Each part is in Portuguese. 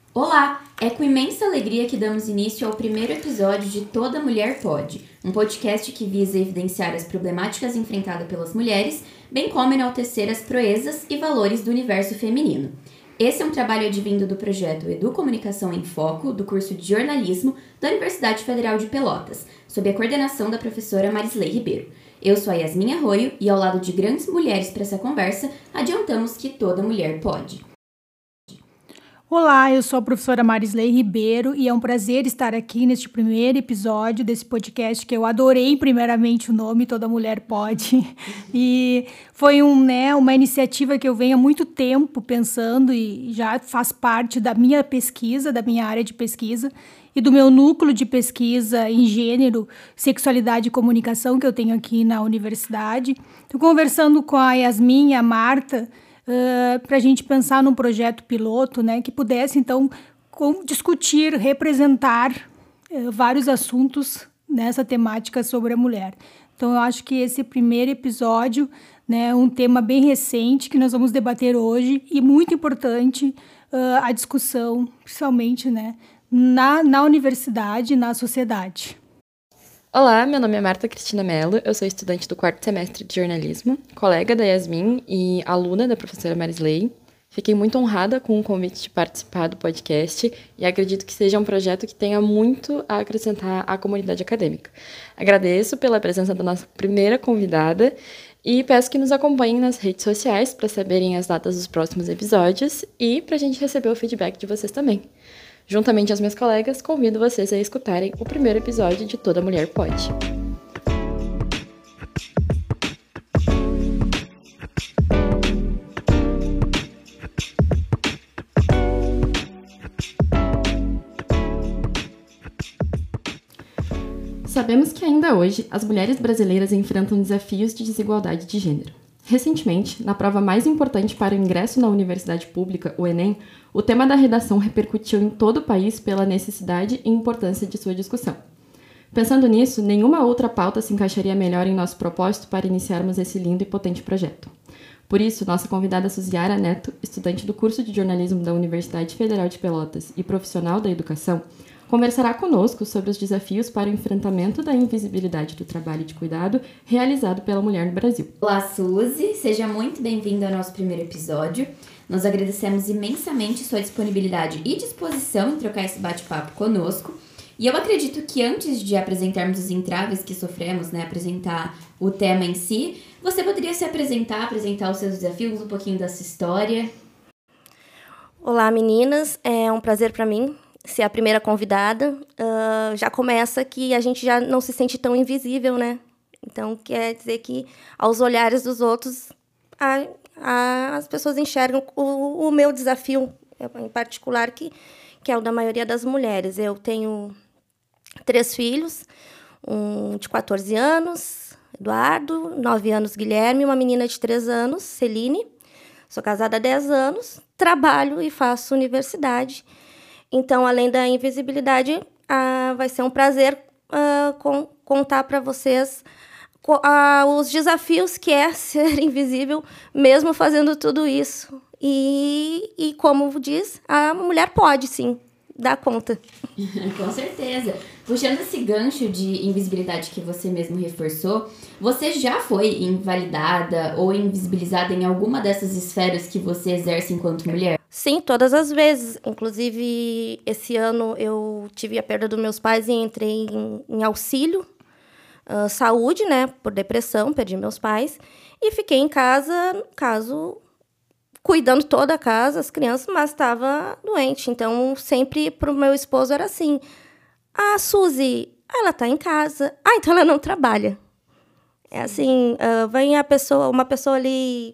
Olá! É com imensa alegria que damos início ao primeiro episódio de Toda Mulher Pode, um podcast que visa evidenciar as problemáticas enfrentadas pelas mulheres, bem como enaltecer as proezas e valores do universo feminino. Esse é um trabalho advindo do projeto Educomunicação em Foco, do curso de jornalismo da Universidade Federal de Pelotas, sob a coordenação da professora Marisley Ribeiro. Eu sou a Yasmin Arroio e, ao lado de grandes mulheres para essa conversa, adiantamos que toda mulher pode. Olá, eu sou a professora Marisley Ribeiro e é um prazer estar aqui neste primeiro episódio desse podcast que eu adorei primeiramente o nome Toda Mulher Pode. E foi uma iniciativa que eu venho há muito tempo pensando e já faz parte da minha pesquisa, da minha área de pesquisa e do meu núcleo de pesquisa em gênero, sexualidade e comunicação que eu tenho aqui na universidade. Estou conversando com a Yasmin e a Marta, para a gente pensar num projeto piloto, que pudesse, então, discutir, representar vários assuntos nessa temática sobre a mulher. Então, eu acho que esse primeiro episódio é um tema bem recente que nós vamos debater hoje e muito importante a discussão, principalmente na universidade e na sociedade. Olá, meu nome é Marta Cristina Mello, eu sou estudante do 4º semestre de jornalismo, colega da Yasmin e aluna da professora Marisley. Fiquei muito honrada com o convite de participar do podcast e acredito que seja um projeto que tenha muito a acrescentar à comunidade acadêmica. Agradeço pela presença da nossa primeira convidada e peço que nos acompanhem nas redes sociais para saberem as datas dos próximos episódios e para a gente receber o feedback de vocês também. Juntamente às minhas colegas, convido vocês a escutarem o primeiro episódio de Toda Mulher Pode. Sabemos que ainda hoje as mulheres brasileiras enfrentam desafios de desigualdade de gênero. Recentemente, na prova mais importante para o ingresso na universidade pública, o Enem, o tema da redação repercutiu em todo o país pela necessidade e importância de sua discussão. Pensando nisso, nenhuma outra pauta se encaixaria melhor em nosso propósito para iniciarmos esse lindo e potente projeto. Por isso, nossa convidada Suziara Neto, estudante do curso de jornalismo da Universidade Federal de Pelotas e profissional da educação, conversará conosco sobre os desafios para o enfrentamento da invisibilidade do trabalho de cuidado realizado pela mulher no Brasil. Olá, Suzy! Seja muito bem-vinda ao nosso primeiro episódio. Nós agradecemos imensamente sua disponibilidade e disposição em trocar esse bate-papo conosco. E eu acredito que antes de apresentarmos os entraves que sofremos, apresentar o tema em si, você poderia se apresentar os seus desafios, um pouquinho da sua história. Olá, meninas! É um prazer para mim ser a primeira convidada. Já começa que a gente já não se sente tão invisível, né? Então, quer dizer que aos olhares dos outros, as pessoas enxergam o meu desafio, em particular, que é o da maioria das mulheres. Eu tenho 3 filhos, um de 14 anos, Eduardo, 9 anos, Guilherme, uma menina de 3 anos, Celine. Sou casada há 10 anos, trabalho e faço universidade. Então, além da invisibilidade, vai ser um prazer contar para vocês os desafios que é ser invisível, mesmo fazendo tudo isso. E como diz, a mulher pode, sim, dar conta. Com certeza. Puxando esse gancho de invisibilidade que você mesmo reforçou, você já foi invalidada ou invisibilizada em alguma dessas esferas que você exerce enquanto mulher? Sim, todas as vezes. Inclusive, esse ano eu tive a perda dos meus pais e entrei em auxílio, saúde, por depressão, perdi meus pais. E fiquei em casa, no caso, cuidando toda a casa, as crianças, mas estava doente. Então, sempre para o meu esposo era assim: a Suzy, ela está em casa. Então ela não trabalha. É assim, vem uma pessoa ali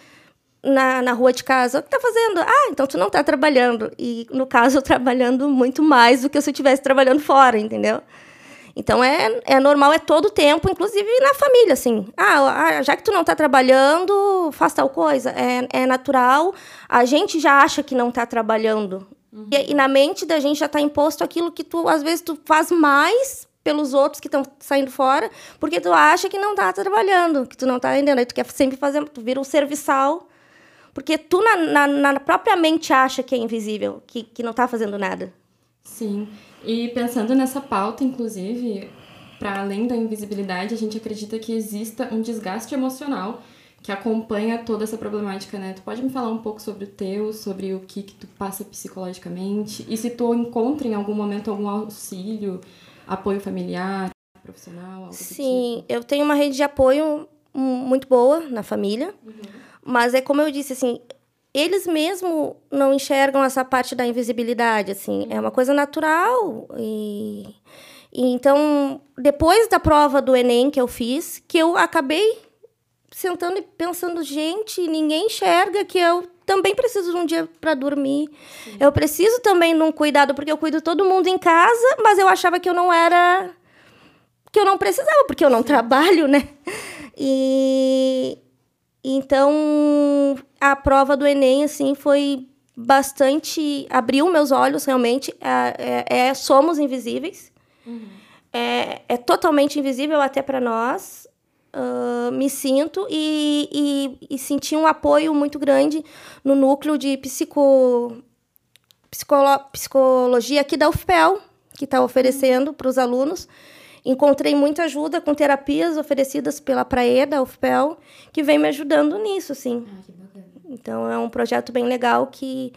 na rua de casa, o que tá fazendo? Então tu não tá trabalhando. E, no caso, eu trabalhando muito mais do que se eu estivesse trabalhando fora, entendeu? Então, é normal, é todo o tempo, inclusive na família, assim. Já que tu não tá trabalhando, faz tal coisa. É natural. A gente já acha que não tá trabalhando. Uhum. E na mente da gente já tá imposto aquilo que às vezes, tu faz mais pelos outros que estão saindo fora, porque tu acha que não tá trabalhando, que tu não tá entendendo. Aí tu quer sempre fazer, tu vira um serviçal Porque tu, na própria mente, acha que é invisível, que não tá fazendo nada. Sim, e pensando nessa pauta, inclusive, para além da invisibilidade, a gente acredita que exista um desgaste emocional que acompanha toda essa problemática, né? Tu pode me falar um pouco sobre o teu, sobre o que tu passa psicologicamente, e se tu encontra em algum momento algum auxílio, apoio familiar, profissional, algo do tipo? Sim, eu tenho uma rede de apoio muito boa na família, mas é como eu disse, assim, eles mesmo não enxergam essa parte da invisibilidade, assim, é uma coisa natural. E então, depois da prova do Enem que eu fiz, que eu acabei sentando e pensando, gente, ninguém enxerga que eu também preciso de um dia para dormir. Sim. Eu preciso também de um cuidado, porque eu cuido todo mundo em casa, mas eu achava que eu não era... que eu não precisava, porque eu não trabalho, né? E então, a prova do Enem, assim, foi bastante... abriu meus olhos, realmente. Somos invisíveis. É totalmente invisível até para nós. Me sinto e senti um apoio muito grande no núcleo de psicologia aqui da UFPEL, que está oferecendo para os alunos. Encontrei muita ajuda com terapias oferecidas pela Praê da UFPEL, que vem me ajudando nisso, assim. Que bacana. Então, é um projeto bem legal que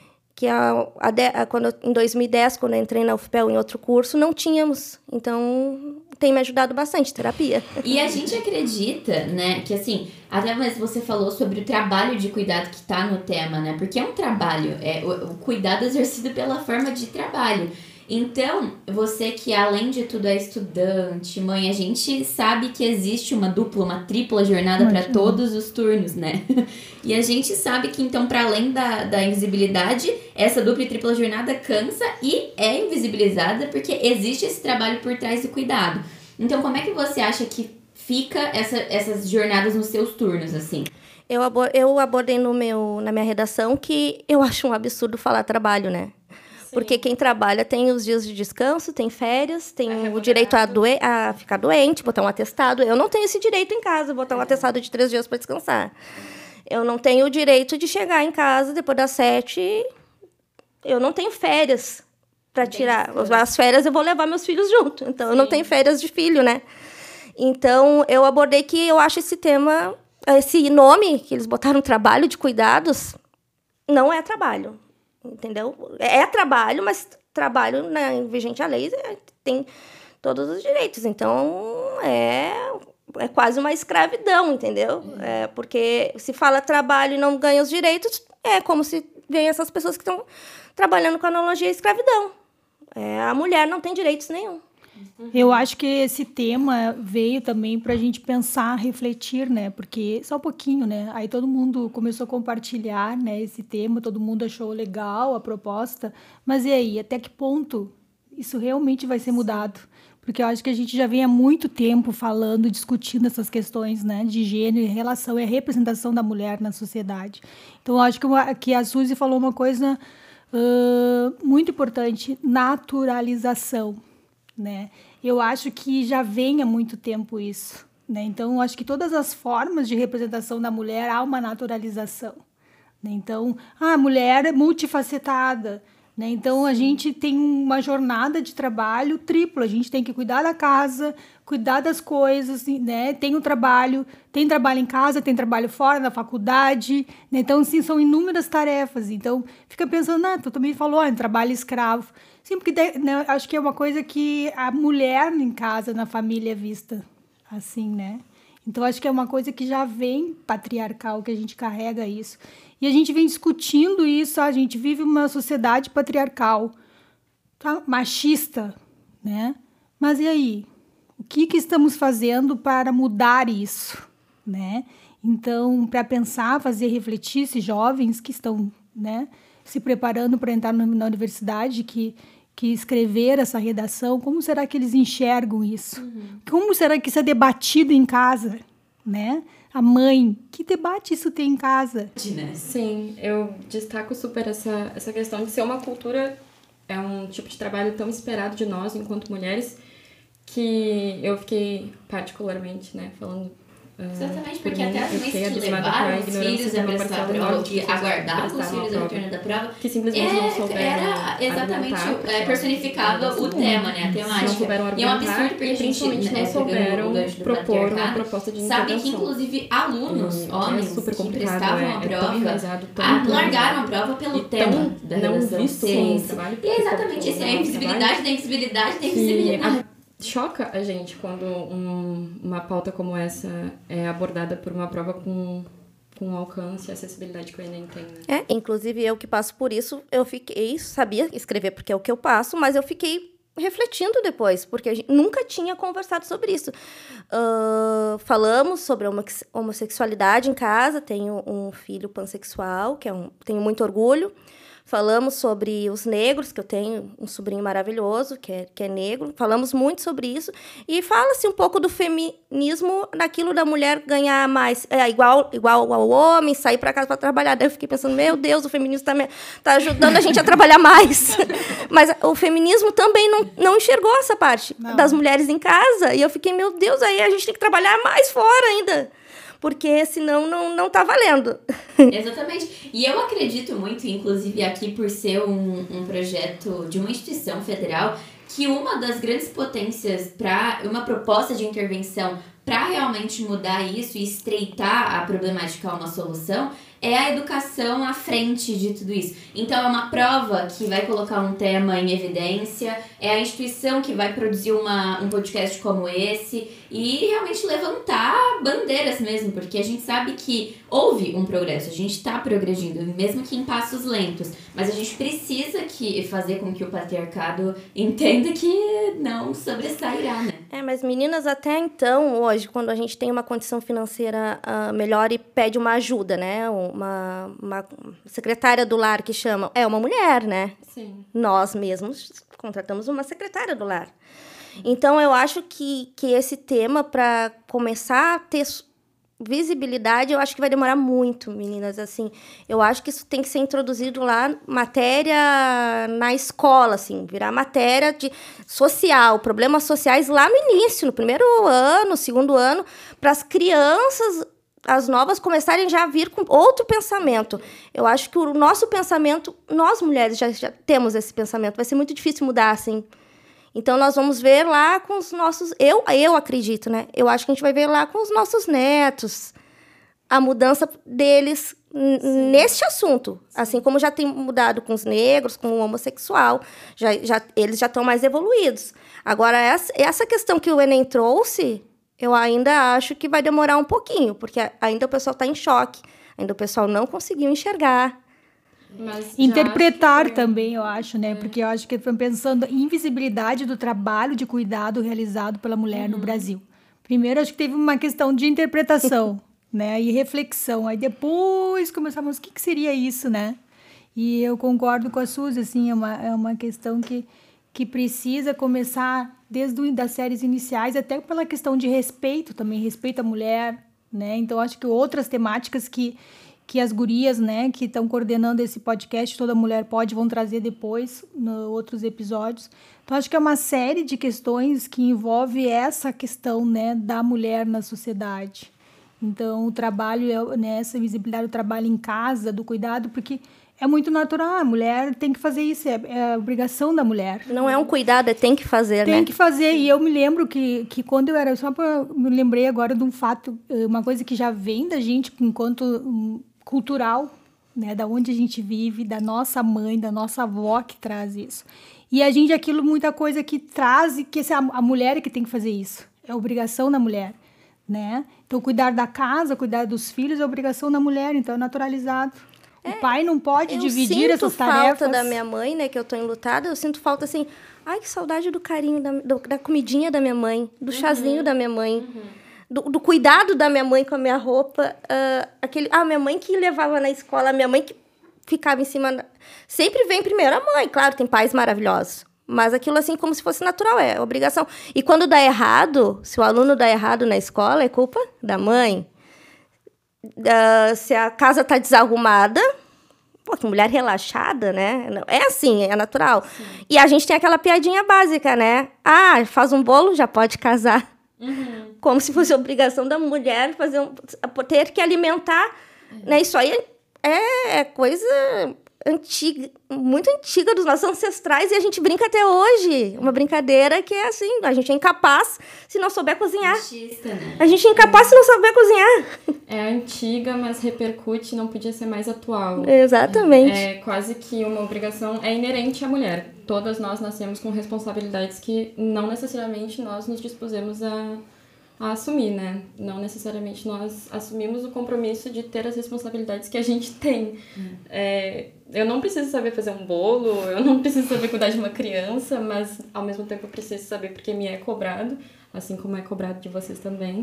em 2010, quando eu entrei na UFPEL em outro curso, não tínhamos. Então, tem me ajudado bastante, terapia. E a gente acredita, né, que assim, até mesmo você falou sobre o trabalho de cuidado que tá no tema, né, porque é um trabalho, o cuidado exercido pela forma de trabalho. Então, você que além de tudo é estudante, mãe, a gente sabe que existe uma dupla, uma tripla jornada para todos os turnos, né? E a gente sabe que, então, para além da invisibilidade, essa dupla e tripla jornada cansa e é invisibilizada porque existe esse trabalho por trás do cuidado. Então, como é que você acha que fica essas jornadas nos seus turnos, assim? Eu abordei na minha redação que eu acho um absurdo falar trabalho, né? Porque quem trabalha tem os dias de descanso, tem férias, tem o direito a ficar doente, botar um atestado. Eu não tenho esse direito em casa, botar um atestado de 3 dias para descansar. Eu não tenho o direito de chegar em casa depois das 7. Eu não tenho férias para tirar. As férias eu vou levar meus filhos junto. Então, eu não tenho férias de filho, né? Então, eu abordei que eu acho esse tema, esse nome que eles botaram, trabalho de cuidados, não é trabalho. Entendeu? É trabalho, mas trabalho, né, vigente à lei, tem todos os direitos. Então, é quase uma escravidão, entendeu? Porque se fala trabalho e não ganha os direitos, é como se vem essas pessoas que estão trabalhando com a analogia à escravidão. A mulher não tem direitos nenhum. Eu acho que esse tema veio também para a gente pensar, refletir, né? Porque só um pouquinho, né? Aí todo mundo começou a compartilhar, né, esse tema, todo mundo achou legal a proposta. Mas e aí, até que ponto isso realmente vai ser mudado? Porque eu acho que a gente já vem há muito tempo falando, discutindo essas questões, né, de gênero, relação e a representação da mulher na sociedade. Então, eu acho que a Suzy falou uma coisa muito importante, naturalização, né? Eu acho que já vem há muito tempo isso, né? Então, eu acho que todas as formas de representação da mulher há uma naturalização, né? Então, a mulher é multifacetada, né? Então, a gente tem uma jornada de trabalho tripla. A gente tem que cuidar da casa, cuidar das coisas, né? Tem trabalho em casa, tem trabalho fora da faculdade, né? Então, assim, são inúmeras tarefas. Então, fica pensando, tu também falou, trabalho escravo. Sim, porque né, acho que é uma coisa que a mulher em casa, na família, é vista assim, né? Então, acho que é uma coisa que já vem patriarcal, que a gente carrega isso. E a gente vem discutindo isso, a gente vive uma sociedade patriarcal, tá? Machista, né? Mas e aí? O que estamos fazendo para mudar isso, né? Então, para pensar, fazer refletir esses jovens que estão, né, se preparando para entrar na universidade, que escrever essa redação, como será que eles enxergam isso? Como será que isso é debatido em casa, né? A mãe, que debate isso tem em casa? Sim, eu destaco super essa questão de ser uma cultura, é um tipo de trabalho tão esperado de nós, enquanto mulheres, que eu fiquei particularmente, né, falando Exatamente, porque até as mães que levaram os filhos a prestar a prova, que aguardavam os filhos a retorno da prova, que simplesmente não souberam exatamente, personificava o tema, né, a temática. E é um absurdo porque a gente, não souberam propor uma proposta de intervenção. Sabe que, inclusive, alunos, homens, que prestavam a prova, largaram a prova pelo tema da relação. E é exatamente isso, é a invisibilidade da invisibilidade da invisibilidade. Choca a gente quando uma pauta como essa é abordada por uma prova com alcance e acessibilidade que o Enem tem, né? Inclusive eu que passo por isso, sabia escrever porque é o que eu passo, mas eu fiquei refletindo depois, porque a gente nunca tinha conversado sobre isso. Falamos sobre a homossexualidade em casa, tenho um filho pansexual, tenho muito orgulho. Falamos sobre os negros, que eu tenho um sobrinho maravilhoso, que é negro. Falamos muito sobre isso. E fala-se um pouco do feminismo, daquilo da mulher ganhar mais, igual ao homem, sair para casa para trabalhar. Daí eu fiquei pensando, meu Deus, o feminismo tá ajudando a gente a trabalhar mais. Mas o feminismo também não enxergou essa parte das mulheres em casa. E eu fiquei, meu Deus, aí a gente tem que trabalhar mais fora ainda. Porque senão não tá valendo. Exatamente. E eu acredito muito, inclusive aqui por ser um projeto de uma instituição federal, que uma das grandes potências para uma proposta de intervenção para realmente mudar isso e estreitar a problemática a uma solução é a educação à frente de tudo isso. Então, é uma prova que vai colocar um tema em evidência, é a instituição que vai produzir um podcast como esse e realmente levantar bandeiras mesmo, porque a gente sabe que houve um progresso, a gente está progredindo, mesmo que em passos lentos, mas a gente precisa fazer com que o patriarcado entenda que não sobressairá, né? Mas meninas, até então, hoje, quando a gente tem uma condição financeira melhor e pede uma ajuda, né? Uma secretária do lar que chama, é uma mulher, né? Sim. Nós mesmos contratamos uma secretária do lar. Então, eu acho que esse tema, para começar a ter visibilidade, eu acho que vai demorar muito, meninas. Assim, eu acho que isso tem que ser introduzido lá, matéria na escola, assim, virar matéria de social, problemas sociais lá no início, no primeiro ano, segundo ano, para as crianças, as novas, começarem já a vir com outro pensamento. Eu acho que o nosso pensamento, nós mulheres já temos esse pensamento, vai ser muito difícil mudar, assim. Então, nós vamos ver lá com os nossos... Eu acredito, né? Eu acho que a gente vai ver lá com os nossos netos a mudança deles neste assunto. Assim como já tem mudado com os negros, com o homossexual. Eles já estão mais evoluídos. Agora, essa questão que o Enem trouxe, eu ainda acho que vai demorar um pouquinho, porque ainda o pessoal está em choque. Ainda o pessoal não conseguiu enxergar. Mas interpretar também, eu acho, né? Porque eu acho que estão pensando em invisibilidade do trabalho de cuidado realizado pela mulher no Brasil. Primeiro, acho que teve uma questão de interpretação, né? E reflexão. Aí depois começamos, o que seria isso, né? E eu concordo com a Suzy, assim, é uma questão que precisa começar desde das séries iniciais, até pela questão de respeito também, respeito à mulher, né? Então, acho que outras temáticas que as gurias, né, que estão coordenando esse podcast, Toda Mulher Pode, vão trazer depois, nos outros episódios. Então, acho que é uma série de questões que envolve essa questão, né, da mulher na sociedade. Então, o trabalho, né, essa visibilidade do trabalho em casa, do cuidado, porque é muito natural, a mulher tem que fazer isso, é a obrigação da mulher. Não é um cuidado, tem que fazer, né? Tem que fazer, e eu me lembro que quando eu era, me lembrei agora de um fato, uma coisa que já vem da gente enquanto cultural, né, da onde a gente vive, da nossa mãe, da nossa avó que traz isso. E a gente, muita coisa que traz, que a mulher é que tem que fazer isso, é obrigação da mulher, né? Então, cuidar da casa, cuidar dos filhos é obrigação da mulher, então é naturalizado. O pai não pode dividir essas tarefas. Eu sinto falta da minha mãe, né, que eu tô enlutada, eu sinto falta, assim, ai, que saudade do carinho, da comidinha da minha mãe, do chazinho da minha mãe. Do cuidado da minha mãe com a minha roupa, minha mãe que levava na escola, a minha mãe que ficava em cima... Sempre vem primeiro a mãe, claro, tem pais maravilhosos, mas aquilo assim como se fosse natural, é obrigação. E quando dá errado, se o aluno dá errado na escola, é culpa da mãe. Se a casa tá desarrumada, pô, que mulher relaxada, né? É assim, é natural. Sim. E a gente tem aquela piadinha básica, né? Ah, faz um bolo, já pode casar. como se fosse obrigação da mulher ter que alimentar, né? Isso aí é coisa antiga, muito antiga dos nossos ancestrais, e a gente brinca até hoje. Uma brincadeira que é assim, a gente é incapaz se não souber cozinhar. Machista, né? A gente é incapaz se não souber cozinhar. É antiga, mas repercute, não podia ser mais atual. Exatamente. É quase que uma obrigação, é inerente à mulher. Todas nós nascemos com responsabilidades que não necessariamente nós nos dispusemos a assumir, né? Não necessariamente nós assumimos o compromisso de ter as responsabilidades que a gente tem. Eu não preciso saber fazer um bolo, eu não preciso saber cuidar de uma criança, mas ao mesmo tempo eu preciso saber porque me é cobrado, assim como é cobrado de vocês também.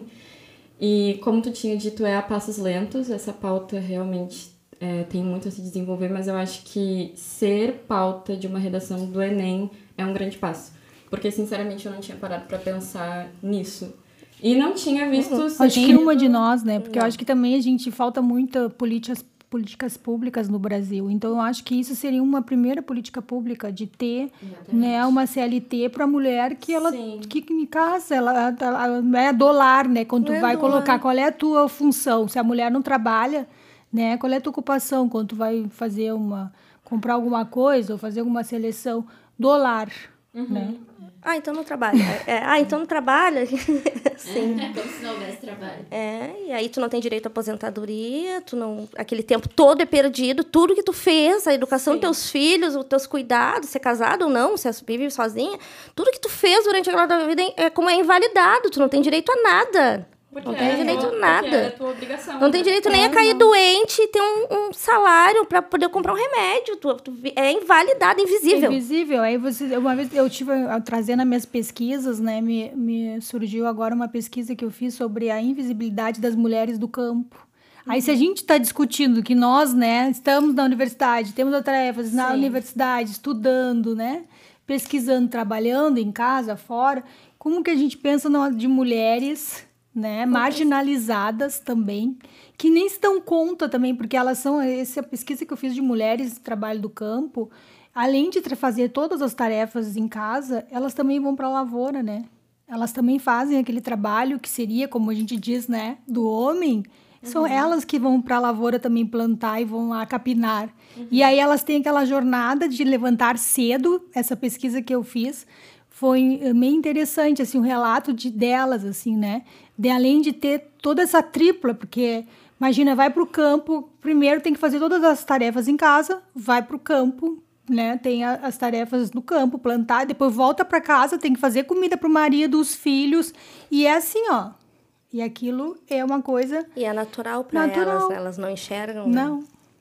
E como tu tinha dito, é a passos lentos, essa pauta realmente tem muito a se desenvolver, mas eu acho que ser pauta de uma redação do Enem é um grande passo. Porque, sinceramente, eu não tinha parado para pensar nisso. E não tinha visto... Acho que uma de nós, né? Porque eu acho que também a gente falta muita políticas públicas no Brasil. Então, eu acho que isso seria uma primeira política pública de ter, né, uma CLT para a mulher que ela que em casa ela é dólar, né? Quando tu vai colocar qual é a tua função. Se a mulher não trabalha, né? Qual é a tua ocupação? Quando tu vai fazer comprar alguma coisa ou fazer alguma seleção, dólar, né? Então não trabalha. Então não trabalha. Sim. Como se não houvesse trabalho. E aí tu não tem direito à aposentadoria, aquele tempo todo é perdido, tudo que tu fez, a educação dos teus filhos, os teus cuidados, se é casado ou não, se vive sozinha, tudo que tu fez durante aquela tua vida é como é invalidado, tu não tem direito a nada. Porque não tem direito a nada. É a tua obrigação. Não tem direito nem a cair doente e ter um salário para poder comprar um remédio. É invalidado, invisível. É invisível. Aí uma vez eu tive trazendo as minhas pesquisas, né? Me surgiu agora uma pesquisa que eu fiz sobre a invisibilidade das mulheres do campo. Aí se a gente está discutindo que nós, né, estamos na universidade, temos tarefas na universidade, estudando, né, pesquisando, trabalhando em casa, fora, como que a gente pensa de mulheres, né, marginalizadas também, que nem se dão conta também, porque elas são, essa pesquisa que eu fiz de mulheres trabalho do campo, além de fazer todas as tarefas em casa, elas também vão para a lavoura, né? Elas também fazem aquele trabalho que seria, como a gente diz, né, do homem. São elas que vão para a lavoura também plantar e vão lá capinar. E aí elas têm aquela jornada de levantar cedo, essa pesquisa que eu fiz, foi meio interessante, assim, um relato delas, assim, né? Além de ter toda essa tripla, porque, imagina, vai para o campo, primeiro tem que fazer todas as tarefas em casa, vai para o campo, né? Tem as tarefas no campo, plantar, depois volta para casa, tem que fazer comida para o marido, os filhos, e é assim, ó. E aquilo é uma coisa... E é natural para elas não enxergam. Não.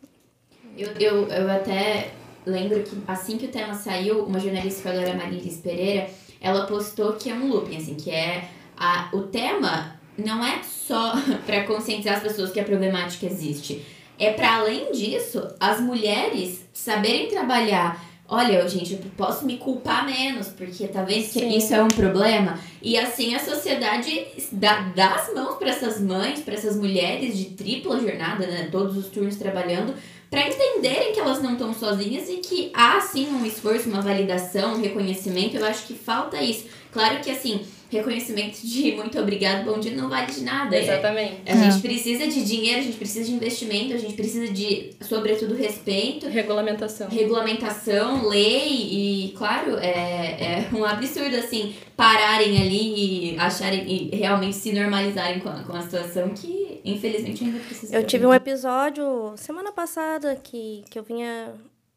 Eu até... lembro que assim que o tema saiu, uma jornalista que agora é Marilis Pereira, ela postou que é um looping, assim, que o tema não é só para conscientizar as pessoas que a problemática existe. É para além disso, as mulheres saberem trabalhar. Olha, gente, eu posso me culpar menos, porque tá vendo que isso é um problema? E assim a sociedade dá as mãos para essas mães, para essas mulheres de tripla jornada, né? Todos os turnos trabalhando, para entenderem que elas não estão sozinhas e que há, sim, um esforço, uma validação, um reconhecimento. Eu acho que falta isso. Claro que, assim, reconhecimento de muito obrigado, bom dia, não vale de nada. Exatamente. A gente precisa de dinheiro, a gente precisa de investimento, a gente precisa de, sobretudo, respeito. Regulamentação, lei e, claro, é um absurdo, assim, pararem ali e acharem, e realmente se normalizarem com a situação que, infelizmente, ainda precisa. Eu tive um episódio semana passada que eu vinha...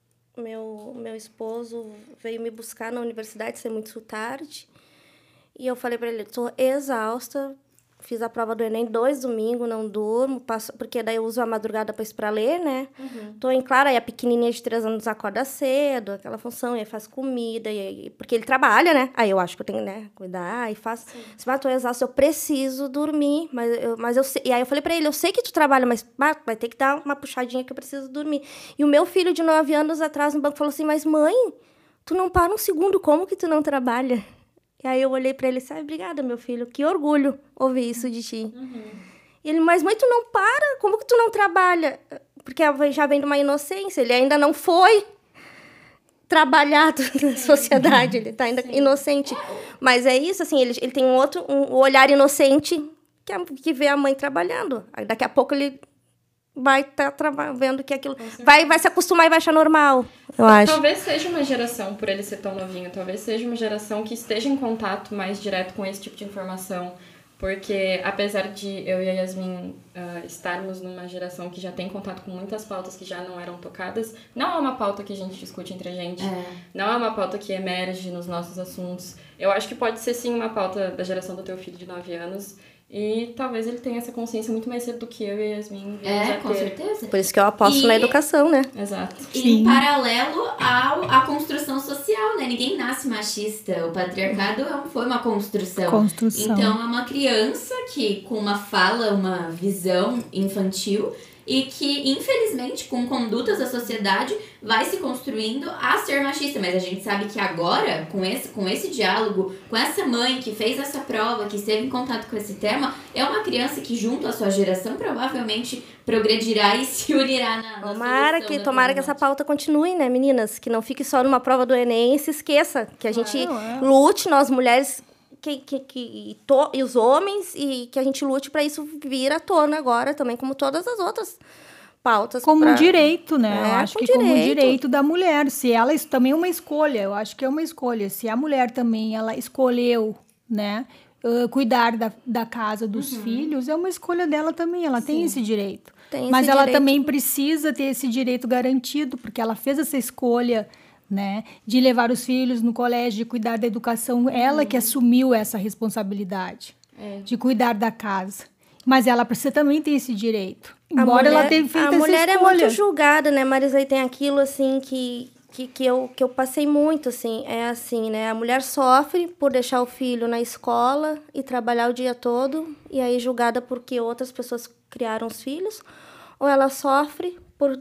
Meu esposo veio me buscar na universidade, isso é muito tarde. E eu falei para ele, estou exausta, fiz a prova do Enem 2 domingos, não durmo, porque daí eu uso a madrugada para ler, né? Tô em claro, aí a pequenininha de 3 anos acorda cedo, aquela função, e aí faz comida, porque ele trabalha, né? Aí eu acho que eu tenho, né, cuidar, e faço. Mas tô exausta, eu preciso dormir, mas eu sei. E aí eu falei para ele, eu sei que tu trabalha, mas vai ter que dar uma puxadinha que eu preciso dormir. E o meu filho de 9 anos atrás no banco falou assim, mas mãe, tu não para um segundo, como que tu não trabalha? E aí eu olhei pra ele e disse, obrigada, meu filho, que orgulho ouvir isso de ti. E ele, mas mãe, tu não para? Como que tu não trabalha? Porque já vem de uma inocência, ele ainda não foi trabalhado na sociedade, ele tá ainda inocente. Mas é isso, assim, ele tem um olhar inocente que vê a mãe trabalhando. Aí daqui a pouco ele vai estar vendo que aquilo... Vai se acostumar e vai achar normal, eu acho. Talvez seja uma geração, por ele ser tão novinho, talvez seja uma geração que esteja em contato mais direto com esse tipo de informação. Porque, apesar de eu e a Yasmin estarmos numa geração que já tem contato com muitas pautas que já não eram tocadas, não é uma pauta que a gente discute entre a gente, não é uma pauta que emerge nos nossos assuntos. Eu acho que pode ser, sim, uma pauta da geração do teu filho de 9 anos, e talvez ele tenha essa consciência muito mais cedo do que eu e a Yasmin. Com certeza. Por isso que eu aposto na educação, né? Exato. E em paralelo à construção social, né? Ninguém nasce machista. O patriarcado foi uma construção. Então, é uma criança que, com uma fala, uma visão infantil, e que, infelizmente, com condutas da sociedade, vai se construindo a ser machista. Mas a gente sabe que agora, com esse diálogo, com essa mãe que fez essa prova, que esteve em contato com esse tema, é uma criança que, junto à sua geração, provavelmente progredirá e se unirá na Tomara que essa pauta continue, né, meninas? Que não fique só numa prova do Enem e se esqueça. Que a gente lute, nós mulheres... e os homens, e que a gente lute para isso vir à tona agora também, como todas as outras pautas. Como um direito, né? Eu acho que como um direito da mulher. Se ela, isso também é uma escolha, eu acho que é uma escolha. Se a mulher também, ela escolheu, né, cuidar da casa dos filhos, é uma escolha dela também, ela tem esse direito. Mas ela também precisa ter esse direito garantido, porque ela fez essa escolha, né, de levar os filhos no colégio, de cuidar da educação, ela que assumiu essa responsabilidade de cuidar da casa. Mas ela precisa também ter esse direito, embora ela tenha feito essa escolha. A mulher é muito julgada, né, Marisa? E tem aquilo, assim, que eu passei muito, assim, é assim, né, a mulher sofre por deixar o filho na escola e trabalhar o dia todo, e aí julgada porque outras pessoas criaram os filhos, ou ela sofre por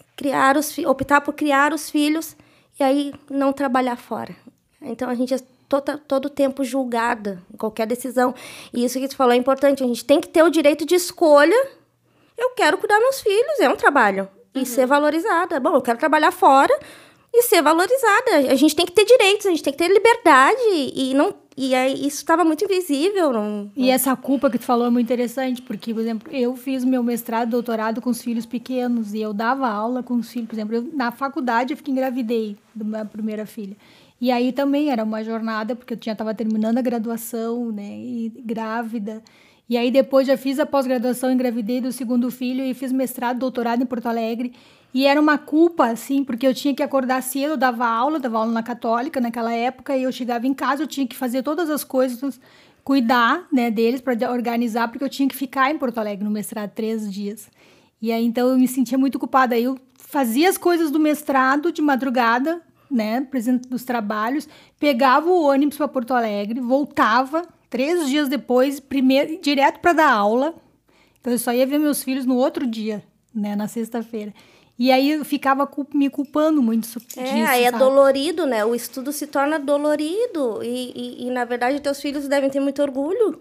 optar por criar os filhos e aí não trabalhar fora. Então, a gente é todo o tempo julgada em qualquer decisão. E isso que tu falou é importante. A gente tem que ter o direito de escolha. Eu quero cuidar dos meus filhos, é um trabalho. E ser valorizada. Bom, eu quero trabalhar fora e ser valorizada. A gente tem que ter direitos, a gente tem que ter liberdade. E aí, isso estava muito invisível. E essa culpa que tu falou é muito interessante, porque, por exemplo, eu fiz meu mestrado, doutorado com os filhos pequenos, e eu dava aula com os filhos. Por exemplo, na faculdade eu engravidei da minha primeira filha. E aí também era uma jornada, porque eu estava terminando a graduação, né, e grávida. E aí depois já fiz a pós-graduação, engravidei do segundo filho e fiz mestrado, doutorado em Porto Alegre. E era uma culpa, assim, porque eu tinha que acordar cedo, eu dava aula na Católica naquela época, e eu chegava em casa, eu tinha que fazer todas as coisas, cuidar, né, deles para organizar, porque eu tinha que ficar em Porto Alegre no mestrado 3 dias. E aí, então, eu me sentia muito culpada. Aí eu fazia as coisas do mestrado de madrugada, né, presente dos trabalhos, pegava o ônibus para Porto Alegre, voltava 3 dias depois, direto para dar aula. Então, eu só ia ver meus filhos no outro dia, né, na sexta-feira. E aí eu ficava me culpando muito disso. Aí é dolorido, né? O estudo se torna dolorido. E na verdade, teus filhos devem ter muito orgulho.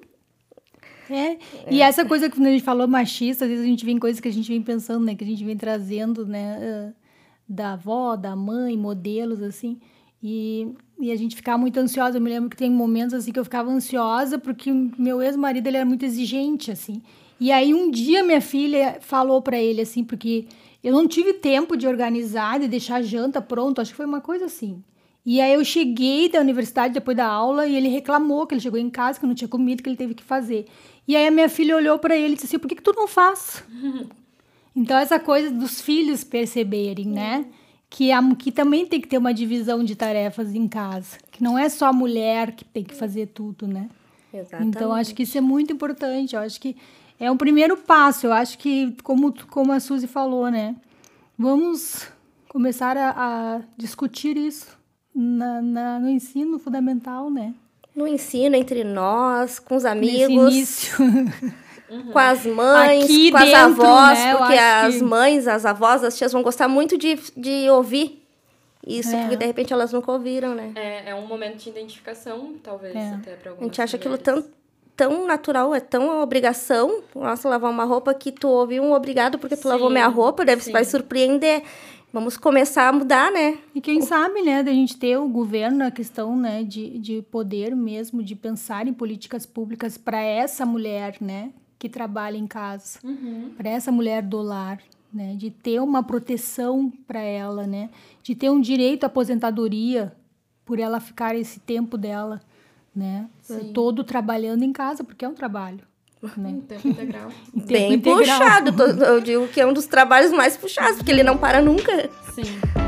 E essa coisa que a gente falou machista, às vezes a gente vê em coisas que a gente vem pensando, né? Que a gente vem trazendo, né? Da avó, da mãe, modelos, assim. E a gente ficava muito ansiosa. Eu me lembro que tem momentos, assim, que eu ficava ansiosa porque meu ex-marido, ele era muito exigente, assim. E aí, um dia, minha filha falou pra ele, assim, porque eu não tive tempo de organizar, de deixar a janta pronto, acho que foi uma coisa assim. E aí, eu cheguei da universidade depois da aula e ele reclamou que ele chegou em casa, que eu não tinha comido, que ele teve que fazer. E aí, a minha filha olhou pra ele e disse assim, por que tu não faz? Então, essa coisa dos filhos perceberem, né? Que também tem que ter uma divisão de tarefas em casa. Que não é só a mulher que tem que fazer tudo, né? Exatamente. Então, acho que isso é muito importante. Eu acho que é um primeiro passo. Eu acho que, como a Suzy falou, né? Vamos começar a discutir isso no ensino fundamental, né? No ensino, entre nós, com os amigos. Nesse início. Com as mães, aqui com as dentro, avós, né? Porque as mães, as avós, as tias vão gostar muito de ouvir isso, porque de repente elas nunca ouviram, né? É um momento de identificação, talvez, até para algumas A gente acha mulheres. aquilo tão natural, é tão uma obrigação. Nossa, lavar uma roupa que tu ouviu um obrigado porque tu lavou minha roupa, vai surpreender. vamos começar a mudar, né? E quem sabe, né, da gente ter o governo, a questão, né, de poder mesmo, de pensar em políticas públicas para essa mulher, né, que trabalha em casa, para essa mulher do lar, né, de ter uma proteção para ela, né, de ter um direito à aposentadoria por ela ficar esse tempo dela, né, todo trabalhando em casa, porque é um trabalho. Né? Tempo integral. Bem integral. Puxado. Eu digo que é um dos trabalhos mais puxados, porque ele não para nunca. Sim.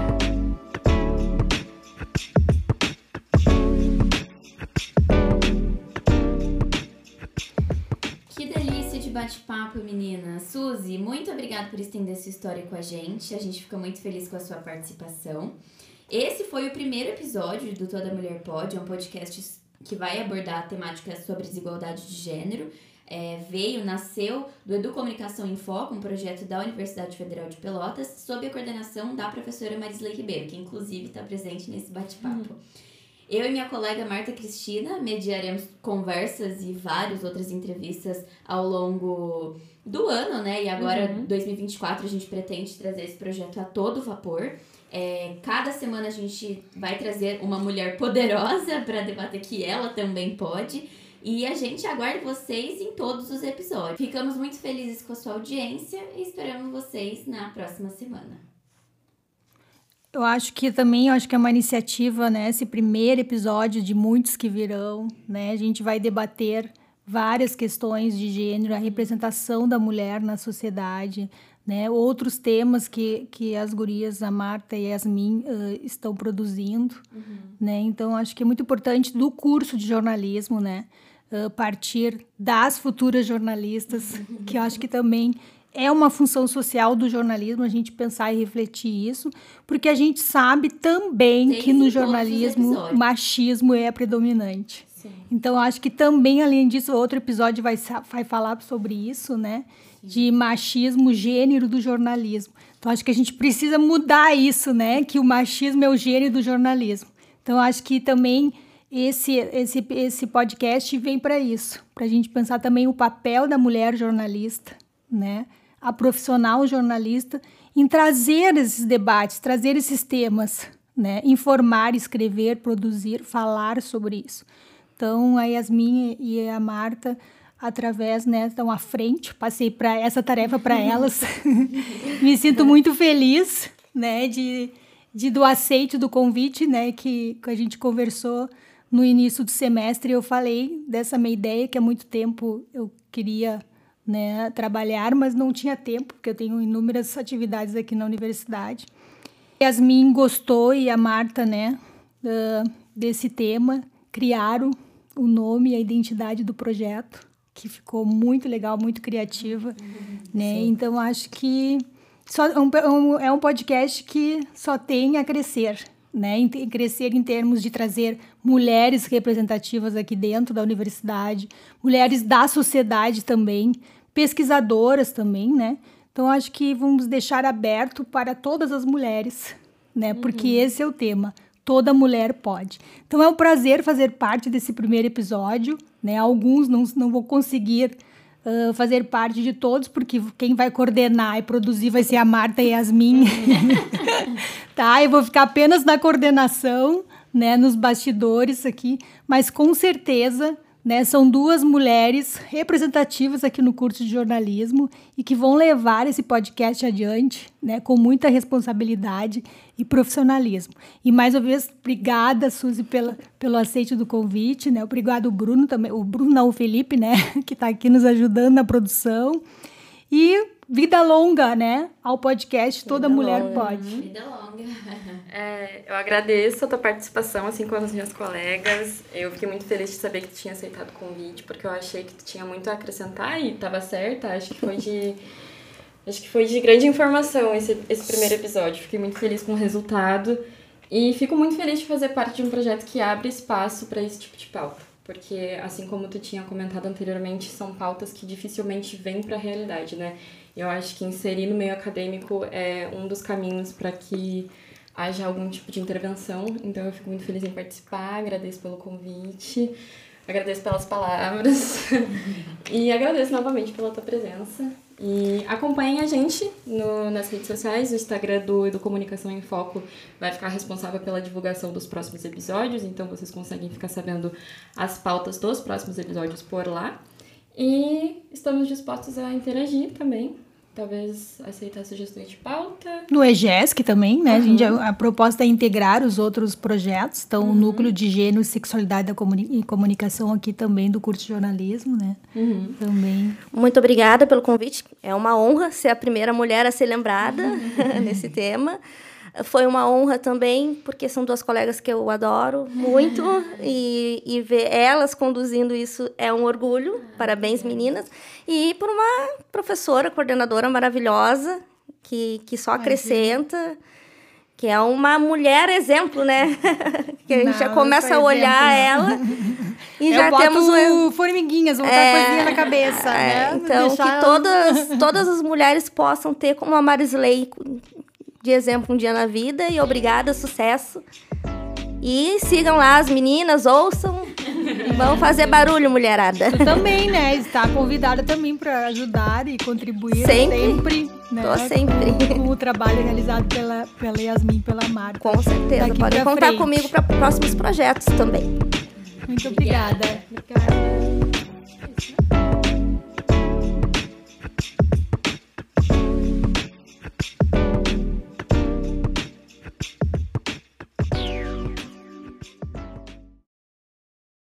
Que delícia de bate-papo, menina. Suzy, muito obrigada por estender sua história com a gente. A gente fica muito feliz com a sua participação. Esse foi o primeiro episódio do Toda Mulher Pode, é um podcast que vai abordar temáticas sobre desigualdade de gênero. Nasceu do Educomunicação em Foco, um projeto da Universidade Federal de Pelotas, sob a coordenação da professora Marisley Ribeiro, que inclusive está presente nesse bate-papo. Eu e minha colega Marta Cristina mediaremos conversas e várias outras entrevistas ao longo do ano, né? E agora, 2024, a gente pretende trazer esse projeto a todo vapor. Cada semana a gente vai trazer uma mulher poderosa para debater que ela também pode. E a gente aguarda vocês em todos os episódios. Ficamos muito felizes com a sua audiência e esperamos vocês na próxima semana. Eu acho que é uma iniciativa, né? Esse primeiro episódio de muitos que virão, né? A gente vai debater várias questões de gênero, a representação da mulher na sociedade, né? Outros temas que as gurias, a Marta e a Yasmin, estão produzindo, né? Então, acho que é muito importante do curso de jornalismo, né? Partir das futuras jornalistas, que eu acho que também é uma função social do jornalismo, a gente pensar e refletir isso, porque a gente sabe também que no jornalismo o machismo é predominante. Sim. Então, acho que também, além disso, outro episódio vai falar sobre isso, né? Sim. De machismo, gênero do jornalismo. Então, acho que a gente precisa mudar isso, né? Que o machismo é o gênero do jornalismo. Então, acho que também esse podcast vem para isso, para a gente pensar também o papel da mulher jornalista, né? A profissional jornalista, em trazer esses debates, trazer esses temas, né? Informar, escrever, produzir, falar sobre isso. Então, a Yasmin e a Marta, através, né, estão à frente, passei essa tarefa para elas. Me sinto muito feliz, né, do aceite do convite, né, que a gente conversou no início do semestre. Eu falei dessa minha ideia, que há muito tempo eu queria, né, trabalhar, mas não tinha tempo, porque eu tenho inúmeras atividades aqui na universidade. Yasmin gostou e a Marta, né, desse tema, criaram o nome e a identidade do projeto, que ficou muito legal, muito criativa, né? Então, acho que é um podcast que só tem a crescer, né? Crescer em termos de trazer mulheres representativas aqui dentro da universidade, mulheres da sociedade também, pesquisadoras também, né? Então, acho que vamos deixar aberto para todas as mulheres, né? Porque esse é o tema. Toda mulher pode. Então, é um prazer fazer parte desse primeiro episódio, né? Alguns não vou conseguir fazer parte de todos, porque quem vai coordenar e produzir vai ser a Marta e a Yasmin. Tá? Eu vou ficar apenas na coordenação, né? Nos bastidores aqui, mas com certeza, né, são duas mulheres representativas aqui no curso de jornalismo e que vão levar esse podcast adiante, né, com muita responsabilidade e profissionalismo. E mais uma vez, obrigada, Suzy, pelo aceite do convite, né? Obrigado, Bruno também, o Felipe, né, que está aqui nos ajudando na produção. E vida longa, né, ao podcast Toda Mulher Pode. Vida longa. Eu agradeço a tua participação, assim como as minhas colegas. Eu fiquei muito feliz de saber que tu tinha aceitado o convite, porque eu achei que tu tinha muito a acrescentar e estava certa. Acho que foi de grande informação esse primeiro episódio. Fiquei muito feliz com o resultado e fico muito feliz de fazer parte de um projeto que abre espaço para esse tipo de pauta. Porque, assim como tu tinha comentado anteriormente, são pautas que dificilmente vêm para a realidade, né? Eu acho que inserir no meio acadêmico é um dos caminhos para que haja algum tipo de intervenção. Então, eu fico muito feliz em participar, agradeço pelo convite, agradeço pelas palavras e agradeço novamente pela tua presença. E acompanhem a gente nas redes sociais. O Instagram do Comunicação em Foco vai ficar responsável pela divulgação dos próximos episódios, então vocês conseguem ficar sabendo as pautas dos próximos episódios por lá. E estamos dispostos a interagir também. Talvez aceitar sugestões de pauta. No EGESC também, né? A proposta é integrar os outros projetos. Então, o Núcleo de Gênero, Sexualidade e Comunicação aqui também do curso de jornalismo, né? Também. Muito obrigada pelo convite. É uma honra ser a primeira mulher a ser lembrada nesse tema. Foi uma honra também, porque são duas colegas que eu adoro muito, e ver elas conduzindo isso é um orgulho. Parabéns, meninas. E por uma professora, coordenadora maravilhosa, que só acrescenta, que é uma mulher exemplo, né? Que a gente já começa a olhar ela e já temos formiguinhas, vão botar coisinha na cabeça, né? Então, que todas as mulheres possam ter como a Marisley de exemplo um dia na vida. E obrigada, sucesso. E sigam lá as meninas, ouçam. Vamos fazer barulho, mulherada. Tu também, né? Está convidada também para ajudar e contribuir sempre, né? Tô sempre. Com o trabalho realizado pela Yasmin, pela Marta. Com certeza. Podem contar comigo para próximos projetos também. Muito obrigada. Obrigada.